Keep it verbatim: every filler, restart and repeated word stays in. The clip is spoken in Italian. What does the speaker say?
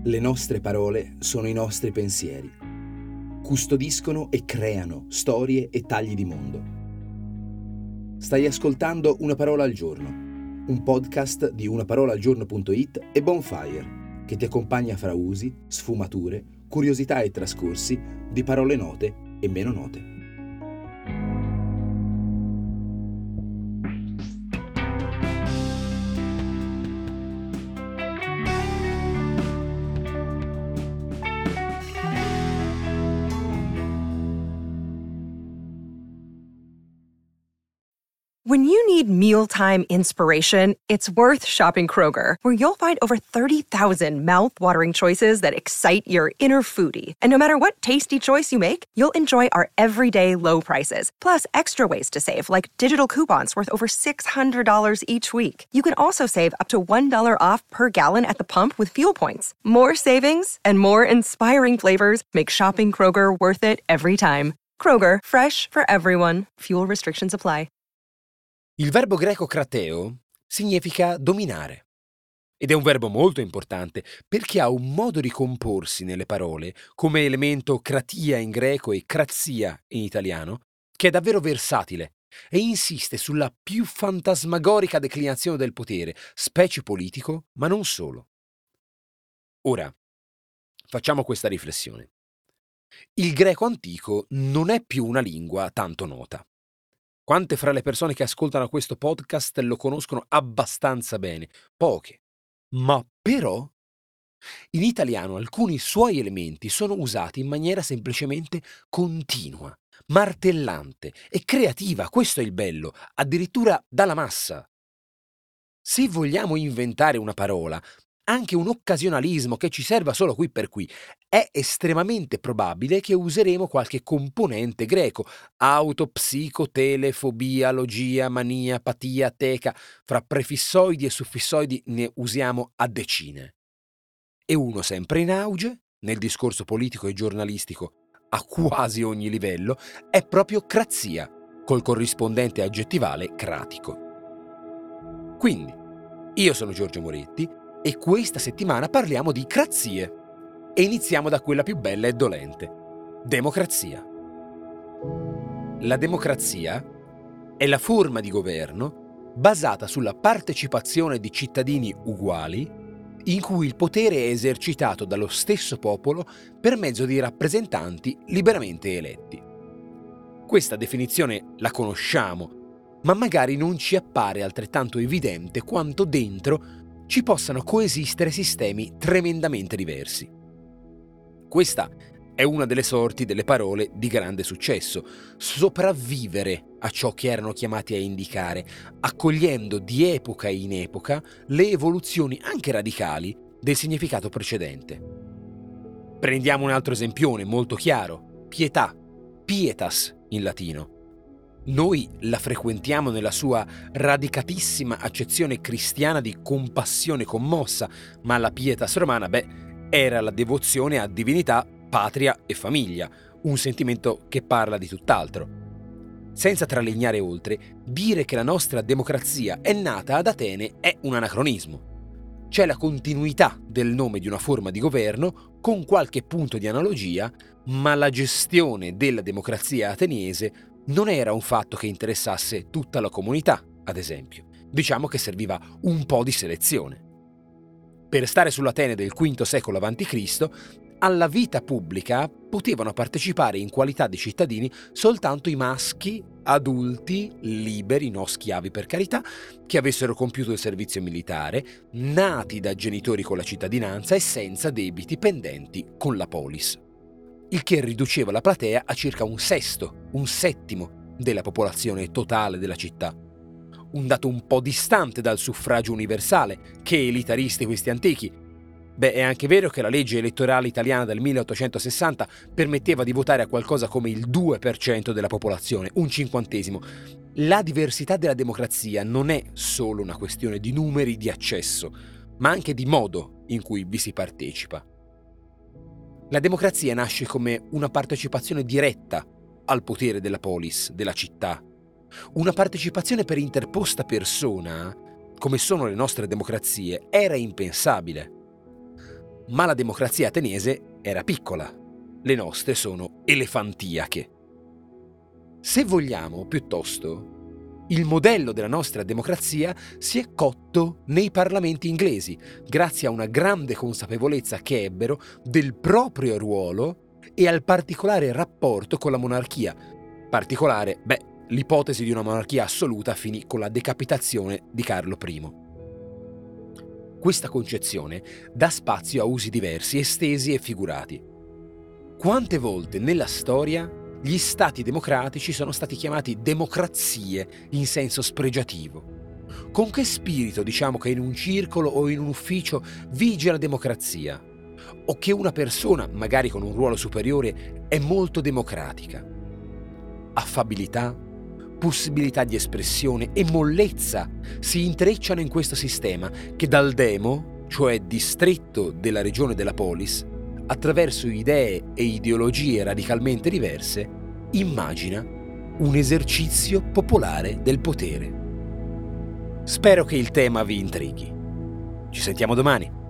Le nostre parole sono i nostri pensieri. Custodiscono e creano storie e tagli di mondo. Stai ascoltando Una parola al giorno, un podcast di unaparolaalgiorno punto it e Bonfire, che ti accompagna fra usi, sfumature, curiosità e trascorsi di parole note e meno note. When you need mealtime inspiration, it's worth shopping Kroger, where you'll find over thirty thousand mouth-watering choices that excite your inner foodie. And no matter what tasty choice you make, you'll enjoy our everyday low prices, plus extra ways to save, like digital coupons worth over six hundred dollars each week. You can also save up to one dollar off per gallon at the pump with fuel points. More savings and more inspiring flavors make shopping Kroger worth it every time. Kroger, fresh for everyone. Fuel restrictions apply. Il verbo greco krateo significa dominare ed è un verbo molto importante perché ha un modo di comporsi nelle parole come elemento kratia in greco e kratsia in italiano che è davvero versatile e insiste sulla più fantasmagorica declinazione del potere, specie politico, ma non solo. Ora, facciamo questa riflessione. Il greco antico non è più una lingua tanto nota. Quante fra le persone che ascoltano questo podcast lo conoscono abbastanza bene? Poche. Ma però, in italiano alcuni suoi elementi sono usati in maniera semplicemente continua, martellante e creativa. Questo è il bello, addirittura dalla massa. Se vogliamo inventare una parola, anche un occasionalismo che ci serva solo qui per qui, è estremamente probabile che useremo qualche componente greco, auto, psico, tele, fobia, logia, mania, patia, teca, fra prefissoidi e suffissoidi ne usiamo a decine. E uno sempre in auge, nel discorso politico e giornalistico a quasi ogni livello, è proprio crazia, col corrispondente aggettivale cratico. Quindi, io sono Giorgio Moretti, e questa settimana parliamo di crazie e iniziamo da quella più bella e dolente, democrazia. La democrazia è la forma di governo basata sulla partecipazione di cittadini uguali in cui il potere è esercitato dallo stesso popolo per mezzo di rappresentanti liberamente eletti. Questa definizione la conosciamo, ma magari non ci appare altrettanto evidente quanto dentro ci possano coesistere sistemi tremendamente diversi. Questa è una delle sorti delle parole di grande successo, sopravvivere a ciò che erano chiamati a indicare, accogliendo di epoca in epoca le evoluzioni anche radicali del significato precedente. Prendiamo un altro esempione molto chiaro, pietà, pietas in latino. Noi la frequentiamo nella sua radicatissima accezione cristiana di compassione commossa, ma la pietas romana, beh, era la devozione a divinità, patria e famiglia, un sentimento che parla di tutt'altro. Senza tralignare oltre, dire che la nostra democrazia è nata ad Atene è un anacronismo. C'è la continuità del nome di una forma di governo con qualche punto di analogia, ma la gestione della democrazia ateniese non era un fatto che interessasse tutta la comunità, ad esempio. Diciamo che serviva un po' di selezione. Per stare sull'Atene del quinto secolo avanti Cristo, alla vita pubblica potevano partecipare in qualità di cittadini soltanto i maschi, adulti, liberi, no schiavi per carità, che avessero compiuto il servizio militare, nati da genitori con la cittadinanza e senza debiti pendenti con la polis. Il che riduceva la platea a circa un sesto, un settimo della popolazione totale della città. Un dato un po' distante dal suffragio universale, che elitaristi questi antichi. Beh, è anche vero che la legge elettorale italiana del milleottocentosessanta permetteva di votare a qualcosa come il due per cento della popolazione, un cinquantesimo. La diversità della democrazia non è solo una questione di numeri di accesso, ma anche di modo in cui vi si partecipa. La democrazia nasce come una partecipazione diretta al potere della polis, della città. Una partecipazione per interposta persona, come sono le nostre democrazie, era impensabile. Ma la democrazia ateniese era piccola. Le nostre sono elefantiache. Se vogliamo, piuttosto, il modello della nostra democrazia si è cotto nei parlamenti inglesi, grazie a una grande consapevolezza che ebbero del proprio ruolo e al particolare rapporto con la monarchia. Particolare, beh, l'ipotesi di una monarchia assoluta finì con la decapitazione di Carlo I. Questa concezione dà spazio a usi diversi, estesi e figurati. Quante volte nella storia gli stati democratici sono stati chiamati democrazie in senso spregiativo? Con che spirito diciamo che in un circolo o in un ufficio vige la democrazia? O che una persona, magari con un ruolo superiore, è molto democratica? Affabilità, possibilità di espressione e mollezza si intrecciano in questo sistema che dal demo, cioè distretto della regione della polis, attraverso idee e ideologie radicalmente diverse, immagina un esercizio popolare del potere. Spero che il tema vi intrighi. Ci sentiamo domani.